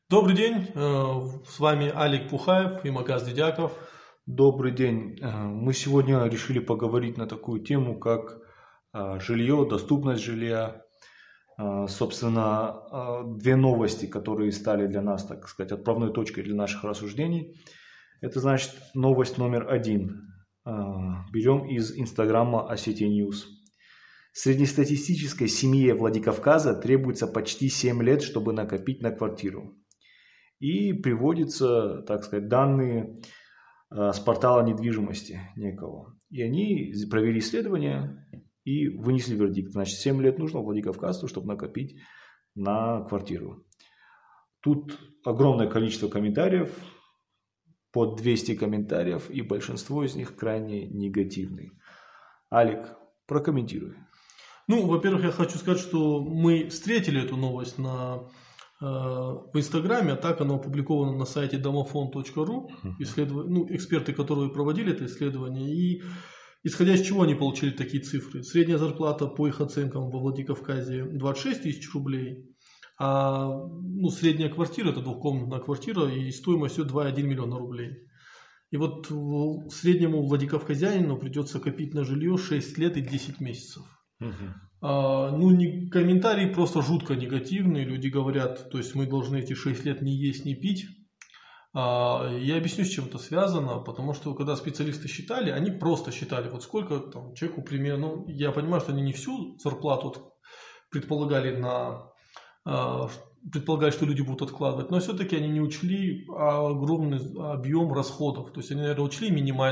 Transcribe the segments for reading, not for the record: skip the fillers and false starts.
Добрый день, с вами Алик Пухаев и Маказ Дедяков. Добрый день. Мы сегодня решили поговорить на такую тему, как жилье, доступность жилья. Собственно, две новости, которые стали для нас, так сказать, отправной точкой для наших рассуждений. Это значит новость номер 1. Берем из инстаграма Осетия News. Среднестатистической семье Владикавказа требуется почти 7 лет, чтобы накопить на квартиру. И приводятся, так сказать, данные с портала недвижимости некого. И они провели исследование и вынесли вердикт. Значит, 7 лет нужно Владикавказу, чтобы накопить на квартиру. Тут огромное количество комментариев, под 200 комментариев, и большинство из них крайне негативные. Алик, прокомментируй. Ну, во-первых, я хочу сказать, что мы встретили эту новость в Инстаграме, а так она опубликована на сайте домофон.ру, эксперты, которые проводили это исследование, и исходя из чего они получили такие цифры. Средняя зарплата по их оценкам во Владикавказе 26 тысяч рублей, а средняя квартира, это двухкомнатная квартира, и стоимостью 2,1 миллиона рублей. И вот среднему владикавказянину придется копить на жилье 6 лет и 10 месяцев. Комментарии просто жутко негативные. Люди говорят, то есть мы должны эти 6 лет не есть, не пить. Я объясню, с чем это связано, потому что когда специалисты считали, они просто считали, вот сколько там человеку примерно, я понимаю, что они не всю зарплату предполагали, что люди будут откладывать, но все-таки они не учли огромный объем расходов. То есть они, наверное, учли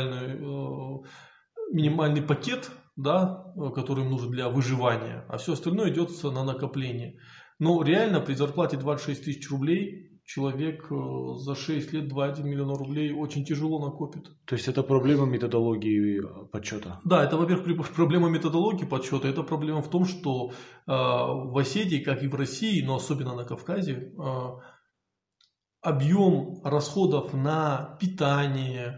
минимальный пакет, да, который им нужен для выживания, а все остальное идет на накопление. Но реально при зарплате 26 тысяч рублей человек за 6 лет 2,1 миллиона рублей очень тяжело накопит. То есть это проблема методологии подсчета? Да, это, во-первых, проблема методологии подсчета. Это проблема в том, что в Осетии, как и в России, но особенно на Кавказе, объем расходов на питание,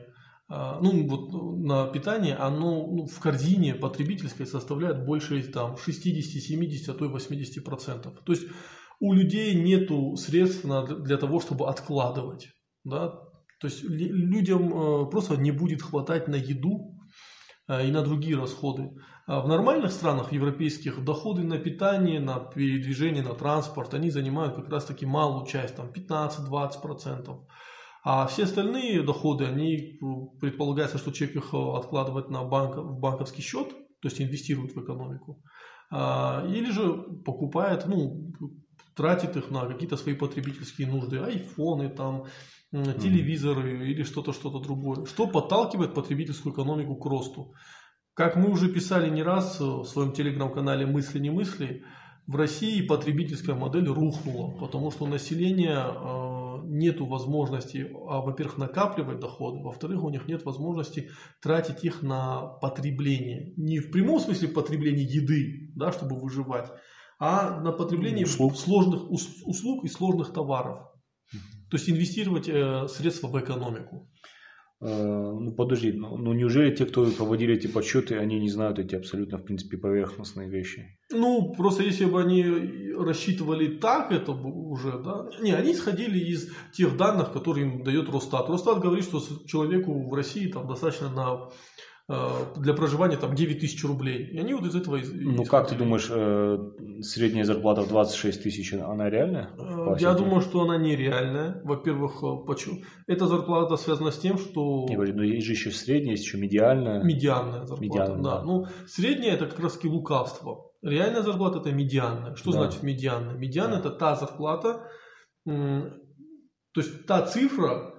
на питание, оно в корзине потребительской составляет больше 60-70, а то и 80%. То есть у людей нет средств для того, чтобы откладывать. Да? То есть людям просто не будет хватать на еду и на другие расходы. В нормальных странах европейских доходы на питание, на передвижение, на транспорт, они занимают как раз таки малую часть, 15-20%. А все остальные доходы, они предполагается, что человек их откладывает в банковский счет, то есть инвестирует в экономику, или же покупает, тратит их на какие-то свои потребительские нужды, айфоны, телевизоры или что-то другое, что подталкивает потребительскую экономику к росту. Как мы уже писали не раз в своем телеграм-канале «Мысли не мысли», в России потребительская модель рухнула, потому что у населения нет возможности, во-первых, накапливать доходы, во-вторых, у них нет возможности тратить их на потребление. Не в прямом смысле потребление еды, да, чтобы выживать, а на потребление сложных услуг и сложных товаров. То есть инвестировать средства в экономику. Подожди, неужели те, кто проводили эти подсчеты, они не знают эти абсолютно, в принципе, поверхностные вещи? Просто если бы они рассчитывали так, это бы уже, да. Не, они исходили из тех данных, которые им дает Росстат. Росстат говорит, что человеку в России достаточно для проживания 9 тысяч рублей. И они вот из этого исходили. Как ты думаешь, средняя зарплата в 26 тысяч, она реальная? Я думаю, что она нереальная. Во-первых, почему? Эта зарплата связана с тем, что... Есть же еще средняя, есть еще медиальная. Медианная зарплата, да. Средняя это как раз таки лукавство. Реальная зарплата это медианная. Что значит медианная? Медианная это та зарплата, то есть та цифра,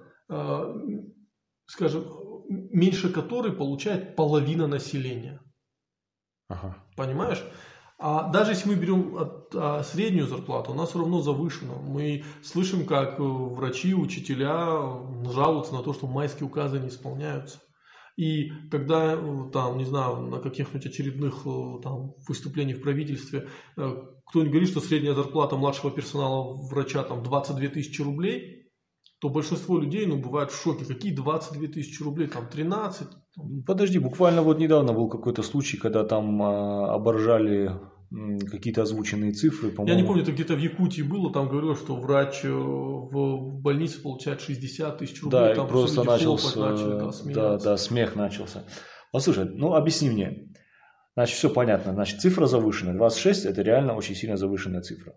скажем, меньше которой получает половина населения. Ага. Понимаешь? А даже если мы берем среднюю зарплату, она все равно завышена. Мы слышим, как врачи, учителя жалуются на то, что майские указы не исполняются. И когда на каких-нибудь очередных выступлениях в правительстве кто-нибудь говорит, что средняя зарплата младшего персонала врача 22 тысячи рублей, то большинство людей бывают в шоке. Какие 22 тысячи рублей? 13? Подожди, буквально недавно был какой-то случай, когда оборжали какие-то озвученные цифры, по-моему. Я не помню, это где-то в Якутии было, там говорилось, что врач в больнице получает 60 тысяч рублей. Да, там и просто начался, начали, да, смех начался. Послушай, объясни мне. Значит, все понятно. Значит, цифра завышенная. 26 – это реально очень сильно завышенная цифра.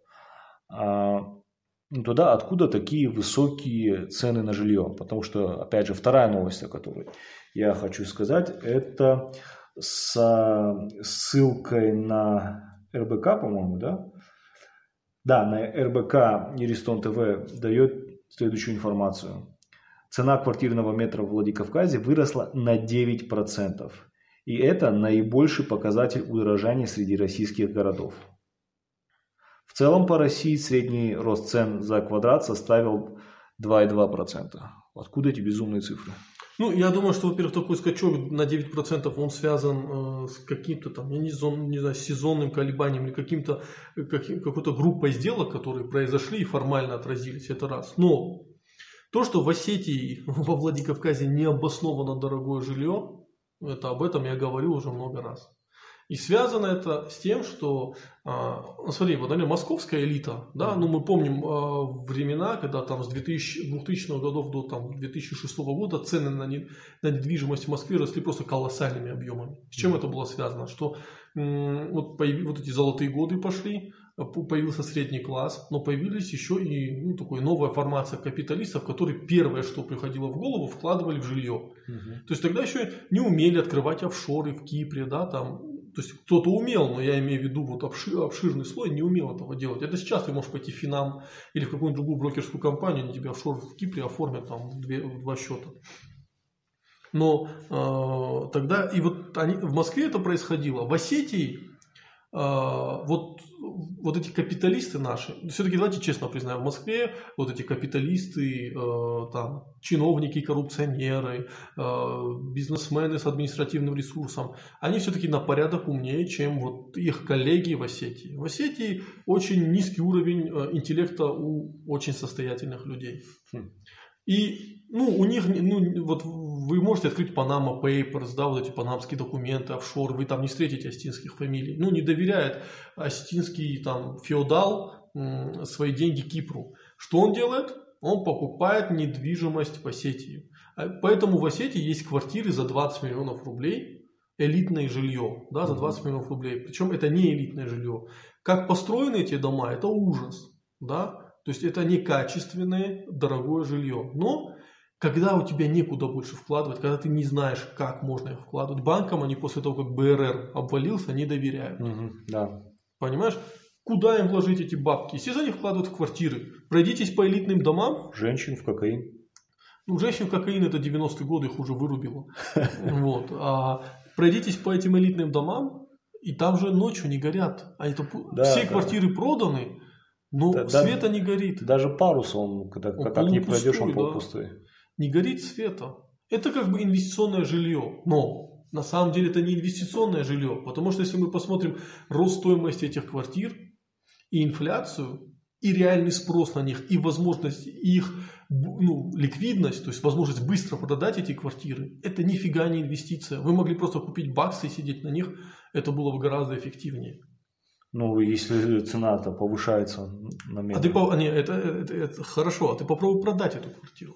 Туда откуда такие высокие цены на жилье? Потому что, опять же, вторая новость, о которой я хочу сказать, это с ссылкой на РБК, по-моему, да? Да, на РБК Еристон ТВ дает следующую информацию. Цена квартирного метра в Владикавказе выросла на 9%. И это наибольший показатель удорожания среди российских городов. В целом по России средний рост цен за квадрат составил 2,2%. Откуда эти безумные цифры? Я думаю, что, во-первых, такой скачок на 9% он связан с каким-то там, не знаю, сезонным колебанием или какой-то группой сделок, которые произошли и формально отразились. Это раз. Но то, что в Осетии, во Владикавказе необоснованно дорогое жилье, об этом я говорил уже много раз. И связано это с тем, что, смотри, московская элита, да, мы помним времена, когда там с 2000 годов до 2006 года цены на недвижимость в Москве росли просто колоссальными объемами. С чем это было связано? Что вот эти золотые годы пошли, появился средний класс, но появились еще и такая новая формация капиталистов, которые первое, что приходило в голову, вкладывали в жилье. То есть тогда еще не умели открывать офшоры в Кипре, да, там. То есть кто-то умел, но я имею в виду обширный слой не умел этого делать. Это сейчас ты можешь пойти в Финам или в какую-нибудь другую брокерскую компанию, они тебе офшор в Кипре оформят там два счета. Но тогда и в Москве это происходило. В Осетии вот эти капиталисты наши, все-таки давайте честно признаем, в Москве вот эти капиталисты, там, чиновники, коррупционеры, бизнесмены с административным ресурсом, они все-таки на порядок умнее, чем вот их коллеги в Осетии. В Осетии очень низкий уровень интеллекта у очень состоятельных людей. И у них, вот вы можете открыть Panama Papers, да, вот эти панамские документы, офшор, вы там не встретите осетинских фамилий. Не доверяет осетинский там феодал свои деньги Кипру. Что он делает? Он покупает недвижимость в Осетии. Поэтому в Осетии есть квартиры за 20 миллионов рублей, элитное жилье, да, за 20 миллионов рублей. Причем это не элитное жилье. Как построены эти дома, это ужас, да. То есть это некачественное, дорогое жилье. Но когда у тебя некуда больше вкладывать, когда ты не знаешь, как можно их вкладывать, банкам они после того, как БРР обвалился, не доверяют. Да. Понимаешь? Куда им вложить эти бабки? Естественно, они вкладывают в квартиры. Пройдитесь по элитным домам. Женщин в кокаин. Женщин в кокаин это 90-е годы, их уже вырубило. А пройдитесь по этим элитным домам, и там же ночью не горят. Все квартиры проданы. Но света не горит. Даже парус, как не пройдешь, он полупустой. Не горит света. Это как бы инвестиционное жилье. Но на самом деле это не инвестиционное жилье. Потому что если мы посмотрим рост стоимости этих квартир и инфляцию, и реальный спрос на них, и возможность их ликвидность, то есть возможность быстро продать эти квартиры, это нифига не инвестиция. Вы могли просто купить баксы и сидеть на них. Это было бы гораздо эффективнее. Если цена-то повышается на метр. Это хорошо, а ты попробуй продать эту квартиру.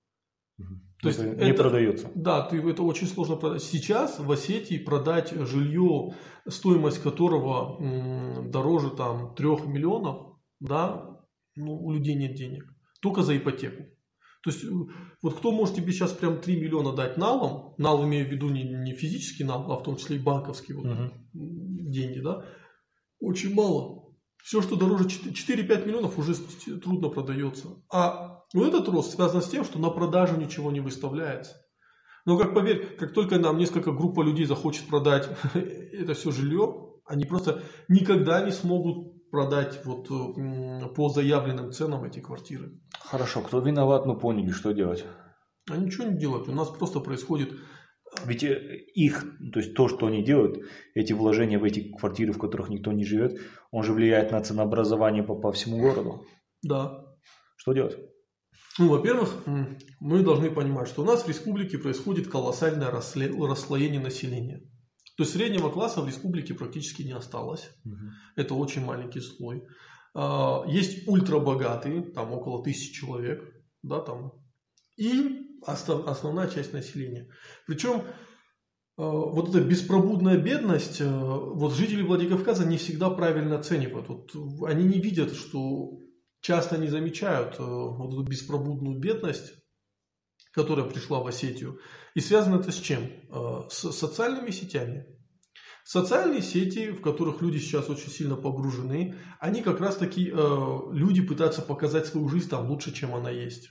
То есть не продается. Да, это очень сложно продать. Сейчас в Осетии продать жилье, стоимость которого дороже 3 миллионов, да, у людей нет денег. Только за ипотеку. То есть вот кто может тебе сейчас прям 3 миллиона дать налом, нал имею в виду не физический нал, а в том числе и банковские деньги, да, очень мало. Все, что дороже 4-5 миллионов, уже трудно продается. А этот рост связан с тем, что на продажу ничего не выставляется. Но поверь, как только нам несколько группа людей захочет продать это все жилье, они просто никогда не смогут продать по заявленным ценам эти квартиры. Хорошо, кто виноват, мы поняли, что делать. А ничего не делать. У нас просто происходит... Ведь то есть то, что они делают, эти вложения в эти квартиры, в которых никто не живет, он же влияет на ценообразование по всему городу. Да. Что делать? Во-первых, мы должны понимать, что у нас в республике происходит колоссальное расслоение населения. То То есть среднего класса в республике практически не осталось. Это очень маленький слой. Есть ультрабогатые, там около 1000 человек, да, там, и основная часть населения. Причем вот эта беспробудная бедность, вот жители Владикавказа не всегда правильно оценивают. Вот они не видят, что часто не замечают вот эту беспробудную бедность, которая пришла в Осетию. И связано это с чем? С социальными сетями. Социальные сети, в которых люди сейчас очень сильно погружены, они как раз таки, люди пытаются показать свою жизнь там лучше, чем она есть.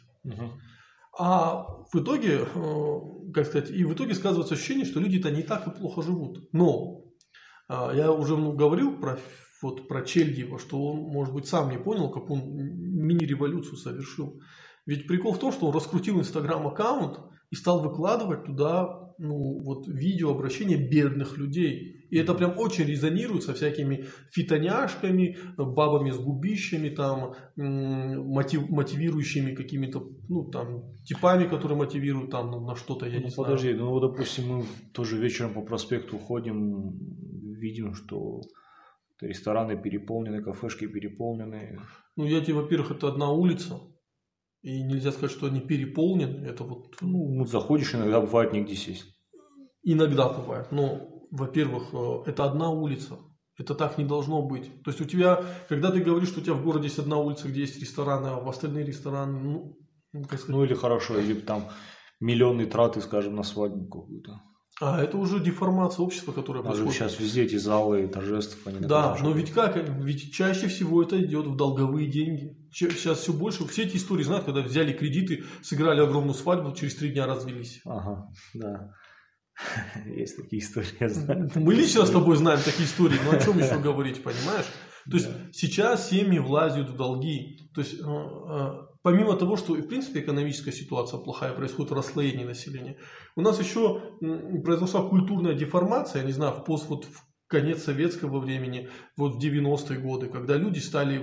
А в итоге, как сказать, и в итоге сказывается ощущение, что люди-то не так и плохо живут. Но я уже говорил про Чельгиева, что он, может быть, сам не понял, как он мини-революцию совершил. Ведь прикол в том, что он раскрутил Инстаграм-аккаунт и стал выкладывать туда видеообращения бедных людей. И это прям очень резонирует со всякими фитоняшками, бабами с губищами, там, мотивирующими какими-то, типами, которые мотивируют там на что-то, я не знаю. Подожди, допустим, мы тоже вечером по проспекту ходим, видим, что рестораны переполнены, кафешки переполнены. Я тебе, во-первых, это одна улица. И нельзя сказать, что они переполнены. Это заходишь, иногда бывает негде сесть. Иногда бывает. Но, во-первых, это одна улица. Это так не должно быть. То есть у тебя, когда ты говоришь, что у тебя в городе есть одна улица, где есть рестораны, а в остальные рестораны, как сказать... или хорошо, или там миллионные траты, скажем, на свадьбу какую-то. Это уже деформация общества, которая происходит. Сейчас везде эти залы торжеств. Да, но ведь чаще всего это идет в долговые деньги. Сейчас все больше, все эти истории знают, когда взяли кредиты, сыграли огромную свадьбу, через 3 дня развелись. Ага, да. Есть такие истории, я знаю. Мы лично с тобой знаем такие истории, но о чем еще говорить, понимаешь? То есть сейчас семьи влазят в долги. То есть помимо того, что в принципе экономическая ситуация плохая, происходит расслоение населения, у нас еще произошла культурная деформация, я не знаю, в конец советского времени, в 90-е годы, когда люди стали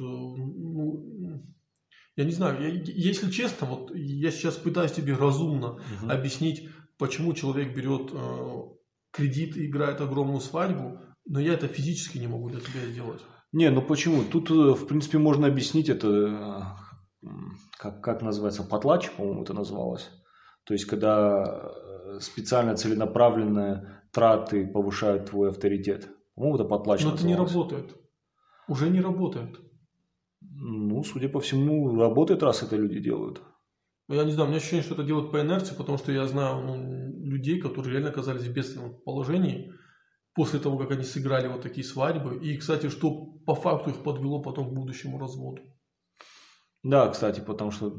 я не знаю, если честно, я сейчас пытаюсь тебе разумно объяснить, почему человек берет кредит и играет огромную свадьбу, но я это физически не могу для тебя сделать. Почему? Тут, в принципе, можно объяснить это, как называется, потлач, по-моему, это называлось. То есть, когда специально целенаправленные траты повышают твой авторитет. По-моему, это потлач называлось. Но это не работает. Уже не работает. Судя по всему, работает, раз это люди делают. Я не знаю, у меня ощущение, что это делают по инерции, потому что я знаю людей, которые реально оказались в бедственном положении после того, как они сыграли такие свадьбы. И, кстати, что по факту их подвело потом к будущему разводу. Да, кстати, потому что...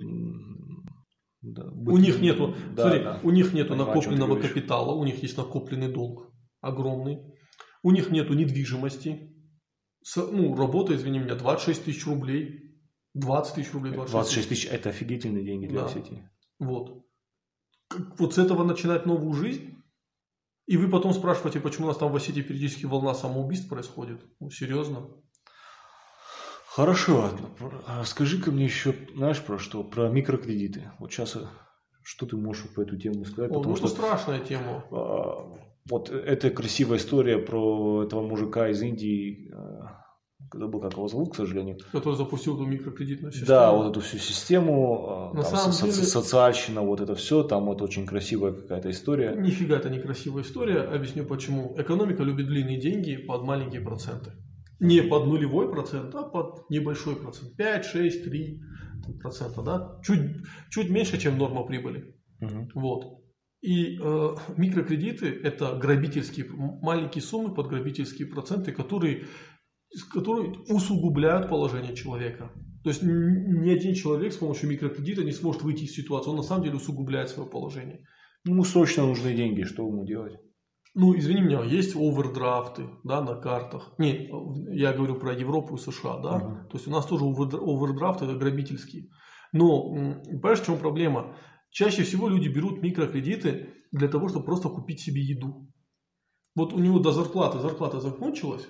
у них нету, у них нету накопленного капитала, у них есть накопленный долг огромный. У них нету недвижимости. Работа, извини меня, 26 тысяч рублей. 20 тысяч рублей. 26 тысяч – это офигительные деньги для Осетии. Вот с этого начинать новую жизнь. И вы потом спрашиваете, почему у нас там в Осетии периодически волна самоубийств происходит. Серьезно? Хорошо. Скажи-ка мне еще, знаешь, про микрокредиты. Сейчас что ты можешь по эту тему сказать? Потому что страшная тема. Это красивая история про этого мужика из Индии, забыл, как его зовут, к сожалению. Который запустил эту микрокредитную систему. Да, эту всю систему, На самом деле... социальщина, это все, там очень красивая какая-то история. Нифига это не красивая история, объясню почему. Экономика любит длинные деньги под маленькие проценты. Не под 0,5%, а под небольшой процент. 5, 6, 3%, да? Чуть меньше, чем норма прибыли. И микрокредиты – это грабительские, маленькие суммы под грабительские проценты, которые усугубляют положение человека. То есть ни один человек с помощью микрокредита не сможет выйти из ситуации, он на самом деле усугубляет свое положение. Ему срочно нужны деньги, что ему делать? Извини меня, есть овердрафты, да, на картах. Нет, я говорю про Европу и США, да. То есть у нас тоже овердрафты, это грабительские. Но понимаешь, в чем проблема? Чаще всего люди берут микрокредиты для того, чтобы просто купить себе еду. У него зарплата закончилась,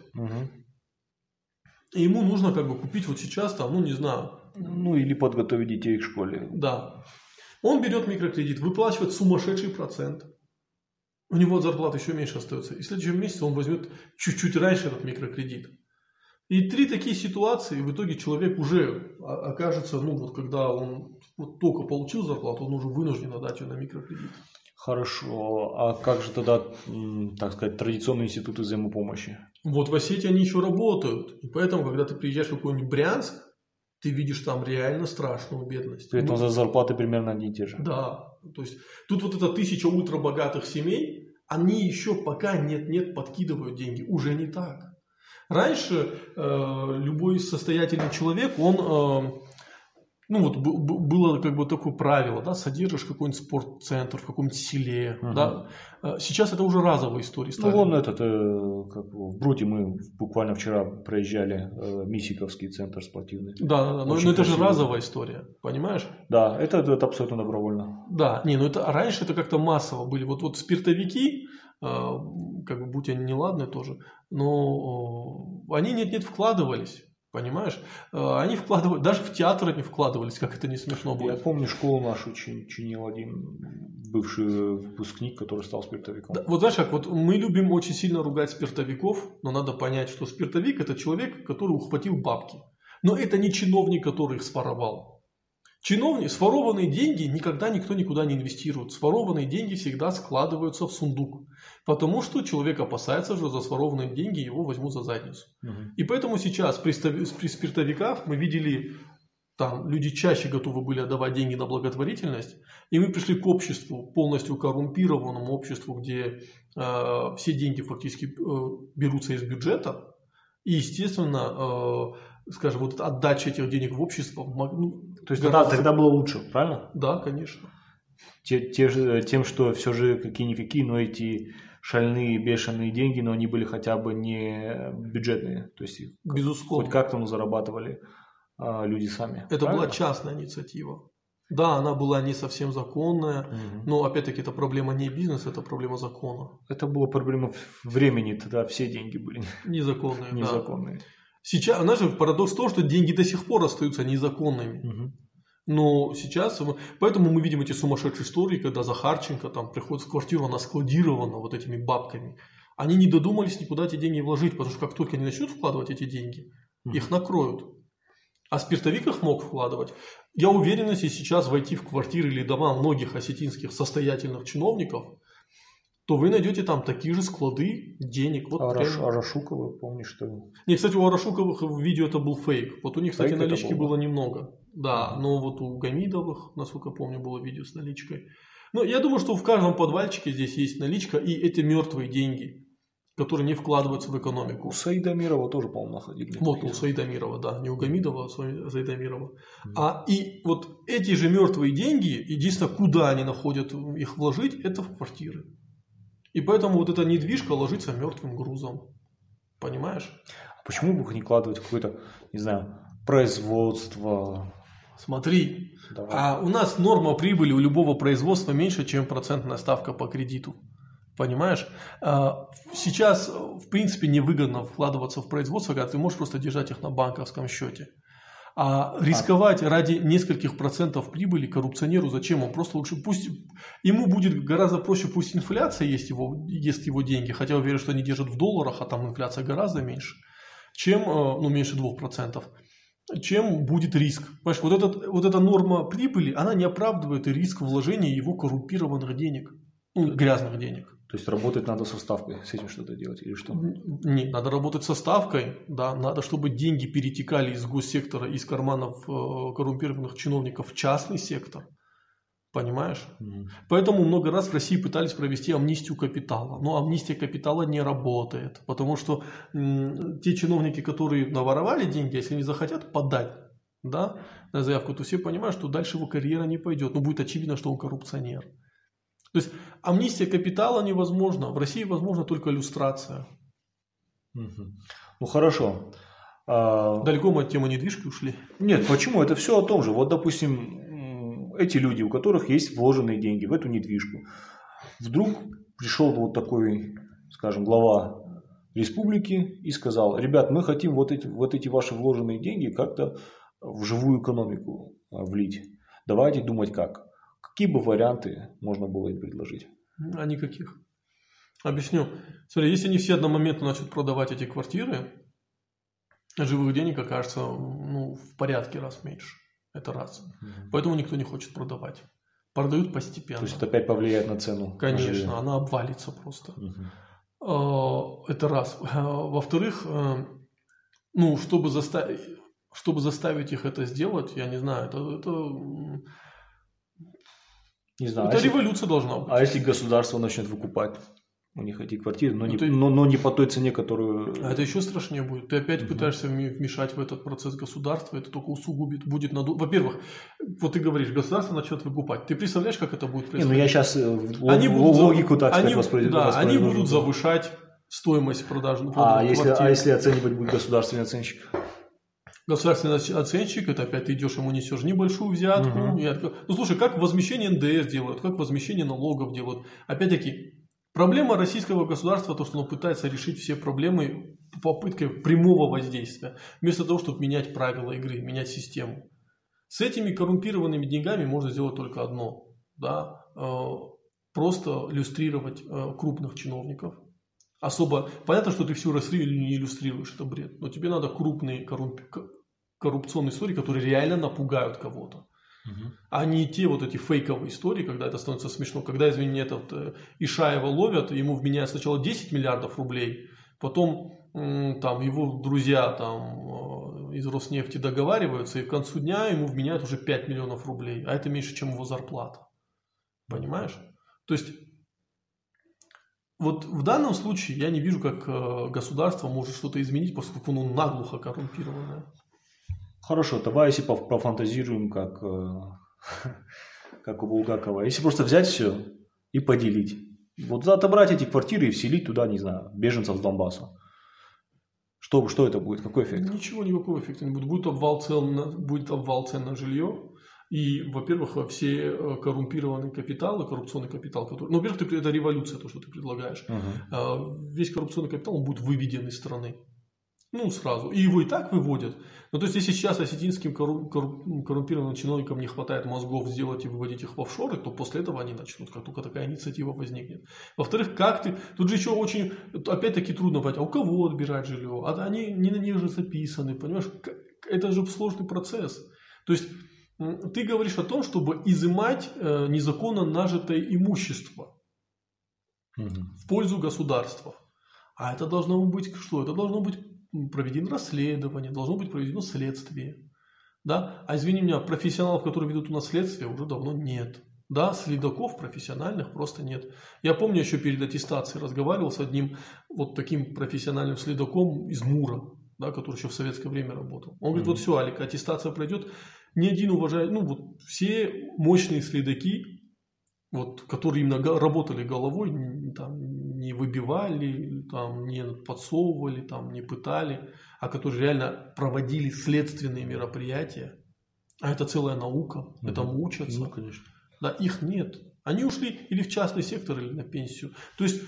и ему нужно купить сейчас не знаю. Или подготовить детей к школе. Да. Он берет микрокредит, выплачивает сумасшедший процент. у него от зарплаты еще меньше остается. И в следующем месяце он возьмет чуть-чуть раньше этот микрокредит. И 3 такие ситуации, и в итоге человек уже окажется, ну вот когда он вот только получил зарплату, он уже вынужден отдать ее на микрокредит. Хорошо. А как же тогда, так сказать, традиционные институты взаимопомощи? Вот в Осетии они еще работают. И поэтому, когда ты приезжаешь в какой-нибудь Брянск, ты видишь там реально страшную бедность. При этом за зарплаты примерно одни и те же. Да. То есть тут вот это 1000 ультрабогатых семей, они еще пока нет-нет подкидывают деньги. Уже не так. Раньше любой состоятельный человек, он, ну вот было как бы такое правило, да, содержишь какой-нибудь спортцентр в каком-нибудь селе, да. Сейчас это уже разовые истории стали. Ну вон этот, как в Бруте мы буквально вчера проезжали Мисиковский центр спортивный. Да, но это же разовая история, понимаешь? Да, это абсолютно добровольно. Да, не, ну это раньше это как-то массово были. Вот спиртовики, как бы будь они неладные тоже, но они нет-нет вкладывались, понимаешь? Они вкладывали, даже в театр они вкладывались, как это не смешно было. Я помню, школу нашу чинил один бывший выпускник, который стал спиртовиком. Да, вот знаешь как, вот мы любим очень сильно ругать спиртовиков, но надо понять, что спиртовик это человек, который ухватил бабки. Но это не чиновник, который их своровал. Сворованные деньги никогда никто никуда не инвестирует. Сворованные деньги всегда складываются в сундук. Потому что человек опасается, что за сворованные деньги его возьмут за задницу. И поэтому сейчас при спиртовиках мы видели, там люди чаще готовы были отдавать деньги на благотворительность. И мы пришли к обществу, полностью коррумпированному обществу, где все деньги фактически берутся из бюджета. И, естественно, скажем, вот отдача этих денег в общество. То есть тогда было лучше, правильно? Да, конечно. Тем, что все же какие-никакие, но эти шальные, бешеные деньги, но они были хотя бы не бюджетные. То есть безусловно, хоть как-то зарабатывали люди сами. Это правильно? была частная инициатива. Да, она была не совсем законная, но опять-таки это проблема не бизнеса, это проблема закона. Это была проблема времени, тогда все деньги были незаконные. Незаконные. Да. Сейчас, знаешь, парадокс в том, что деньги до сих пор остаются незаконными. Но сейчас, поэтому мы видим эти сумасшедшие истории, когда Захарченко там приходит в квартиру, она складирована вот этими бабками. Они не додумались никуда эти деньги вложить, потому что как только они начнут вкладывать эти деньги, их накроют. А спиртовик их мог вкладывать. Я уверен, если сейчас войти в квартиры или дома многих осетинских состоятельных чиновников, то вы найдете там такие же склады денег. Вот Арашукова, помнишь, что ли? Не, кстати, у Арашуковых в видео это был фейк. Вот у них, кстати, налички было немного. Да, но вот у Гамидовых, насколько помню, было видео с наличкой. Но я думаю, что в каждом подвальчике здесь есть наличка, и эти мертвые деньги, которые не вкладываются в экономику. У Саида Амирова тоже, по-моему, находили. Вот у Саида Амирова, да, не у Гамидова, а у Саида Амирова. И вот эти же мертвые деньги, единственное, куда они находят их вложить, это в квартиры. И поэтому вот эта недвижка ложится мертвым грузом. Понимаешь? А почему бы их не вкладывать в какое-то, не знаю, производство? Смотри, у нас норма прибыли у любого производства меньше, чем процентная ставка по кредиту. Понимаешь? Сейчас, в принципе, невыгодно вкладываться в производство, когда ты можешь просто держать их на банковском счете. А рисковать ради нескольких процентов прибыли коррупционеру зачем? Он просто лучше, пусть ему будет гораздо проще, пусть инфляция ест его деньги, хотя уверен, что они держат в долларах, а там инфляция гораздо меньше, чем, меньше 2%, чем будет риск. Понимаешь, вот эта норма прибыли, она не оправдывает риск вложения его коррумпированных денег, грязных денег. То есть работать надо со ставкой, с этим что-то делать или что? Нет, надо работать со ставкой, да, надо, чтобы деньги перетекали из госсектора, из карманов коррумпированных чиновников в частный сектор, понимаешь? Поэтому много раз в России пытались провести амнистию капитала, но амнистия капитала не работает, потому что те чиновники, которые наворовали деньги, если не захотят подать, да, на заявку, то все понимают, что дальше его карьера не пойдет, будет очевидно, что он коррупционер. То есть амнистия капитала невозможна. В России возможна только люстрация. Ну хорошо. Далеко мы от темы недвижки ушли? Нет, почему? Это все о том же. Вот, допустим, эти люди, у которых есть вложенные деньги в эту недвижку, вдруг пришел вот такой, скажем, глава республики и сказал: ребят, мы хотим вот эти ваши вложенные деньги как-то в живую экономику влить. Давайте думать как. Какие бы варианты можно было им предложить? А никаких. Объясню. Смотри, если они все одномоментно начнут продавать эти квартиры, живых денег окажется в порядке раз меньше. Это раз. Поэтому никто не хочет продавать. Продают постепенно. То есть это опять повлияет на цену? Конечно, она обвалится просто. Это раз. Во-вторых, чтобы заставить их это сделать, я не знаю, это революция должна быть. А если государство начнет выкупать у них эти квартиры, но не по той цене, которую... А это еще страшнее будет. Ты опять пытаешься вмешать в этот процесс государства, это только усугубит. Во-первых, вот ты говоришь, государство начнет выкупать. Ты представляешь, как это будет происходить? Я сейчас логику, так сказать, воспроизвожу. Да, они будут завышать стоимость продажи. А если оценивать будет государственный оценщик? Государственный оценщик, это опять ты идешь, ему несешь небольшую взятку. Слушай, как возмещение НДС делают, как возмещение налогов делают. Опять-таки, проблема российского государства, то, что оно пытается решить все проблемы попыткой прямого воздействия, вместо того, чтобы менять правила игры, менять систему. С этими коррумпированными деньгами можно сделать только одно. Да? Просто люстрировать крупных чиновников. Особо понятно, что ты всю Россию не иллюстрируешь, это бред. Но тебе надо крупные коррупционные истории, которые реально напугают кого-то. А не те вот эти фейковые истории, когда это становится смешно. Когда, извини, Ишаева ловят, ему вменяют сначала 10 миллиардов рублей, потом его друзья из Роснефти договариваются, и к концу дня ему вменяют уже 5 миллионов рублей. А это меньше, чем его зарплата. Понимаешь? То есть, вот в данном случае я не вижу, как государство может что-то изменить, поскольку оно наглухо коррумпированное. Хорошо, давай если пофантазируем, как у Булгакова. Если просто взять все и поделить. Вот отобрать эти квартиры и вселить туда, не знаю, беженцев с Донбасса. Что это будет? Какой эффект? Ничего, никакого эффекта не будет. Будет обвал цен на жилье. И, во-первых, все коррумпированные капиталы, коррупционный капитал, который... во-первых, это революция, то, что ты предлагаешь. Весь коррупционный капитал, он будет выведен из страны. Сразу. И его и так выводят. То есть, если сейчас осетинским коррумпированным чиновникам не хватает мозгов сделать и выводить их в офшоры, то после этого они начнут, как только такая инициатива возникнет. Во-вторых, тут же еще очень, опять-таки, трудно понять, а у кого отбирать жилье? А они не на них же записаны, понимаешь? Это же сложный процесс. То есть, ты говоришь о том, чтобы изымать незаконно нажитое имущество в пользу государства. А это должно быть что? Это должно быть проведено расследование, должно быть проведено следствие. Да? А извини меня, профессионалов, которые ведут у нас следствие, уже давно нет. Да, следаков профессиональных просто нет. Я помню, еще перед аттестацией разговаривал с одним вот таким профессиональным следаком из Мура, да, который еще в советское время работал. Он говорит, вот все, Алик, аттестация пройдет, ни один уважаемый, все мощные следаки, которые именно работали головой, не выбивали, не подсовывали, не пытали, а которые реально проводили следственные мероприятия. А это целая наука, этому учатся. Конечно. Да, их нет. Они ушли или в частный сектор, или на пенсию. То есть,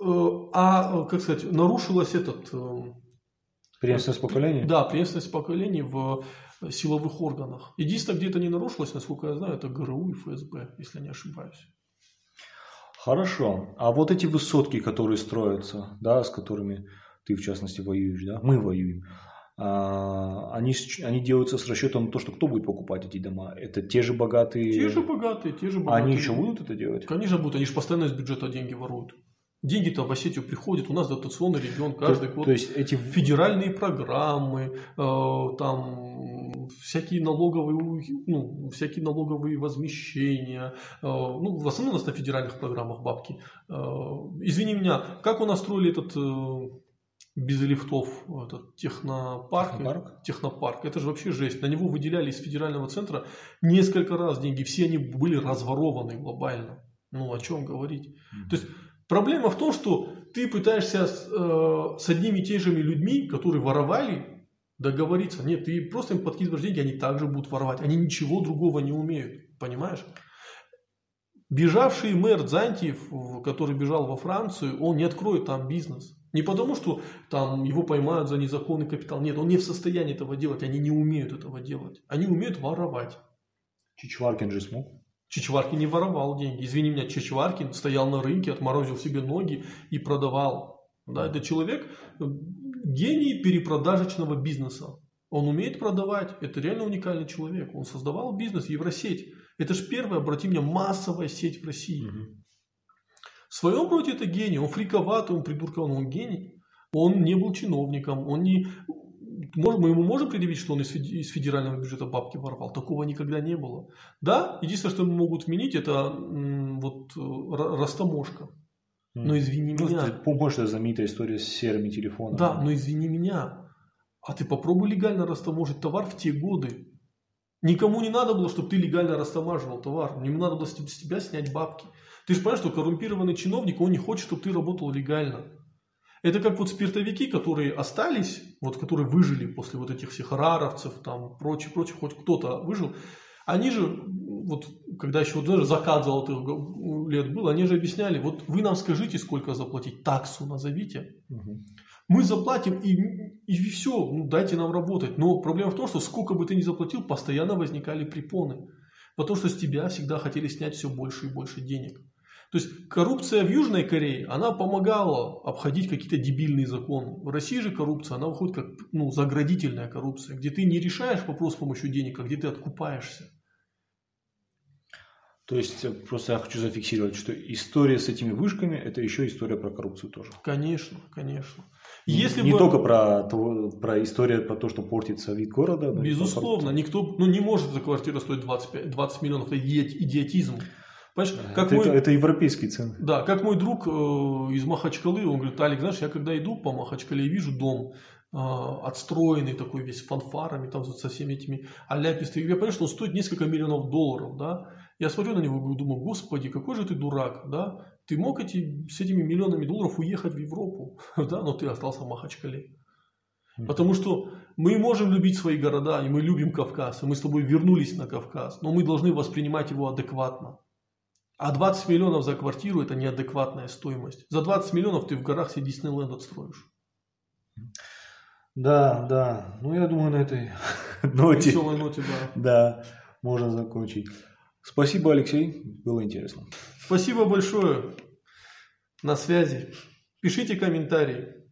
нарушилась преемственность поколений? Да, преемственность поколений в силовых органах. Единственное, где это не нарушилось, насколько я знаю, это ГРУ и ФСБ, если я не ошибаюсь. Хорошо. А вот эти высотки, которые строятся, да, с которыми ты, в частности, воюешь, да, мы воюем, они делаются с расчетом на то, что кто будет покупать эти дома? Это те же богатые? Те же богатые. Они еще будут это делать? Конечно будут. Они же постоянно из бюджета деньги воруют. Деньги-то в Осетию приходят, у нас дотационный регион каждый год. То есть эти федеральные программы, всякие налоговые возмещения. В основном у нас на федеральных программах бабки. Извини меня, как у нас строили без лифтов технопарк? Это же вообще жесть. На него выделяли из федерального центра несколько раз деньги. Все они были разворованы глобально. О чем говорить? То есть проблема в том, что ты пытаешься с одними и теми же людьми, которые воровали, договориться. Нет, ты просто им подкидываешь деньги, они также будут воровать. Они ничего другого не умеют. Понимаешь? Бежавший мэр Дзантьев, который бежал во Францию, он не откроет там бизнес. Не потому, что там его поймают за незаконный капитал. Нет, он не в состоянии этого делать. Они не умеют этого делать. Они умеют воровать. Чичваркин же смог. Чичваркин не воровал деньги. Извини меня, Чичваркин стоял на рынке, отморозил себе ноги и продавал. Да, это человек, гений перепродажечного бизнеса. Он умеет продавать. Это реально уникальный человек. Он создавал бизнес, Евросеть. Это же первая, обрати меня, массовая сеть в России. В своем роде это гений. Он фриковатый, он придурковатый, он гений. Он не был чиновником. Мы ему можем предъявить, что он из федерального бюджета бабки воровал? Такого никогда не было. Да, единственное, что ему могут вменить, это растаможка. Но извини меня. Помнишь, это знаменитая история с серыми телефонами? Да, но извини меня. А ты попробуй легально растаможить товар в те годы. Никому не надо было, чтобы ты легально растамаживал товар. Ему надо было с тебя снять бабки. Ты же понимаешь, что коррумпированный чиновник, он не хочет, чтобы ты работал легально. Это как вот спиртовики, которые остались, вот которые выжили после вот этих всех раровцев, там, прочее, хоть кто-то выжил. Они же, вот когда еще вот, даже закат золотых лет был, они же объясняли, вот вы нам скажите, сколько заплатить, таксу назовите. Мы заплатим и все, ну, дайте нам работать. Но проблема в том, что сколько бы ты ни заплатил, постоянно возникали препоны. Потому что с тебя всегда хотели снять все больше и больше денег. То есть коррупция в Южной Корее, она помогала обходить какие-то дебильные законы. В России же коррупция, она выходит как заградительная коррупция, где ты не решаешь вопрос с помощью денег, а где ты откупаешься. То есть просто я хочу зафиксировать, что история с этими вышками – это еще история про коррупцию тоже. Конечно. Не только про историю про то, что портится вид города. Безусловно, никто не может за квартиру стоить 20 миллионов. Это идиотизм. Это европейские цены. Да, как мой друг из Махачкалы, он говорит: Алик, знаешь, я когда иду по Махачкале и вижу дом отстроенный такой весь фанфарами, там со всеми этими аляпистыми, я понимаю, что он стоит несколько миллионов долларов, да. Я смотрю на него и думаю: господи, какой же ты дурак, да. Ты мог с этими миллионами долларов уехать в Европу, да, но ты остался в Махачкале. Потому что мы можем любить свои города, и мы любим Кавказ, и мы с тобой вернулись на Кавказ, но мы должны воспринимать его адекватно. А 20 миллионов за квартиру – это неадекватная стоимость. За 20 миллионов ты в горах себе Диснейленд отстроишь. Да. Ну, я думаю, на этой ноте. Веселой ноте, да. Да, можно закончить. Спасибо, Алексей. Было интересно. Спасибо большое. На связи. Пишите комментарии.